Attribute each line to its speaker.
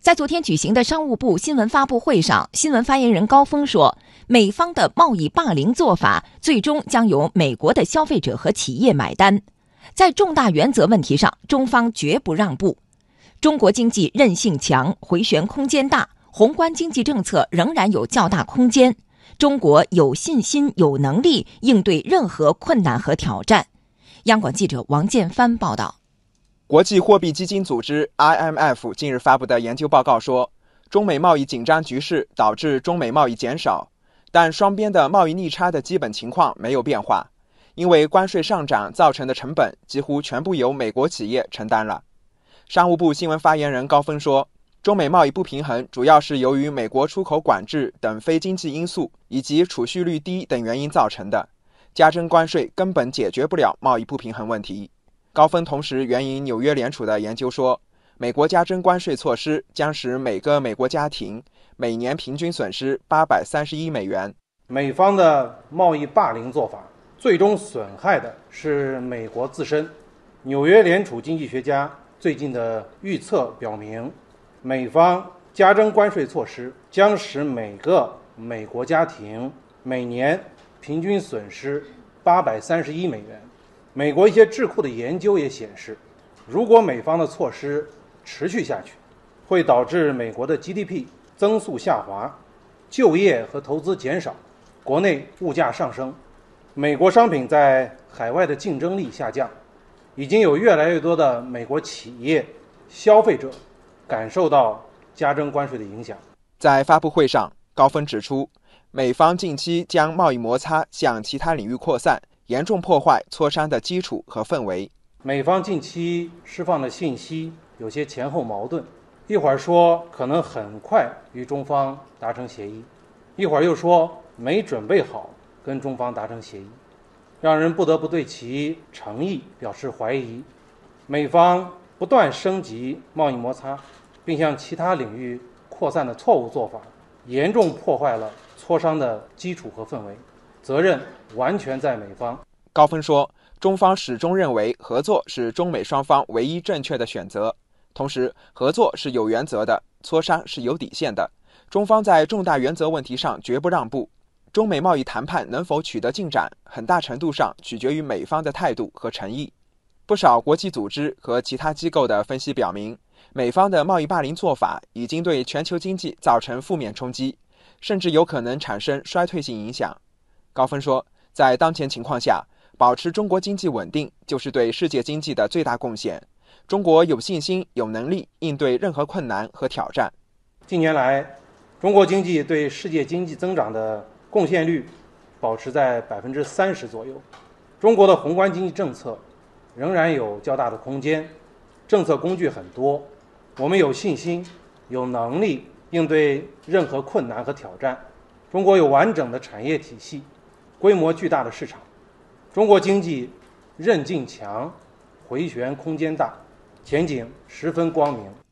Speaker 1: 在昨天举行的商务部新闻发布会上，新闻发言人高峰说，美方的贸易霸凌做法最终将由美国的消费者和企业买单。在重大原则问题上，中方绝不让步。中国经济韧性强，回旋空间大，宏观经济政策仍然有较大空间。中国有信心、有能力应对任何困难和挑战。央广记者王建帆报道。
Speaker 2: 国际货币基金组织 IMF 近日发布的研究报告说，中美贸易紧张局势导致中美贸易减少，但双边的贸易逆差的基本情况没有变化，因为关税上涨造成的成本几乎全部由美国企业承担了。商务部新闻发言人高峰说，中美贸易不平衡主要是由于美国出口管制等非经济因素以及储蓄率低等原因造成的，加征关税根本解决不了贸易不平衡问题。高峰同时援引纽约联储的研究说，美国加征关税措施将使每个美国家庭每年平均损失831美元。
Speaker 3: 美方的贸易霸凌做法最终损害的是美国自身。纽约联储经济学家最近的预测表明，美方加征关税措施将使每个美国家庭每年平均损失831美元。美国一些智库的研究也显示，如果美方的措施持续下去，会导致美国的 GDP 增速下滑，就业和投资减少，国内物价上升，美国商品在海外的竞争力下降。已经有越来越多的美国企业、消费者感受到加征关税的影响。
Speaker 2: 在发布会上，高峰指出，美方近期将贸易摩擦向其他领域扩散，严重破坏磋商的基础和氛围。
Speaker 3: 美方近期释放的信息有些前后矛盾，一会儿说可能很快与中方达成协议，一会儿又说没准备好跟中方达成协议，让人不得不对其诚意表示怀疑。美方不断升级贸易摩擦，并向其他领域扩散的错误做法，严重破坏了磋商的基础和氛围，责任完全在美方。
Speaker 2: 高峰说，中方始终认为合作是中美双方唯一正确的选择，同时合作是有原则的，磋商是有底线的。中方在重大原则问题上绝不让步。中美贸易谈判能否取得进展，很大程度上取决于美方的态度和诚意。不少国际组织和其他机构的分析表明，美方的贸易霸凌做法已经对全球经济造成负面冲击，甚至有可能产生衰退性影响。高峰说，在当前情况下，保持中国经济稳定就是对世界经济的最大贡献。中国有信心、有能力应对任何困难和挑战。
Speaker 3: 近年来，中国经济对世界经济增长的贡献率保持在30%左右。中国的宏观经济政策仍然有较大的空间，政策工具很多，我们有信心、有能力应对任何困难和挑战。中国有完整的产业体系，规模巨大的市场。中国经济韧劲强，回旋空间大，前景十分光明。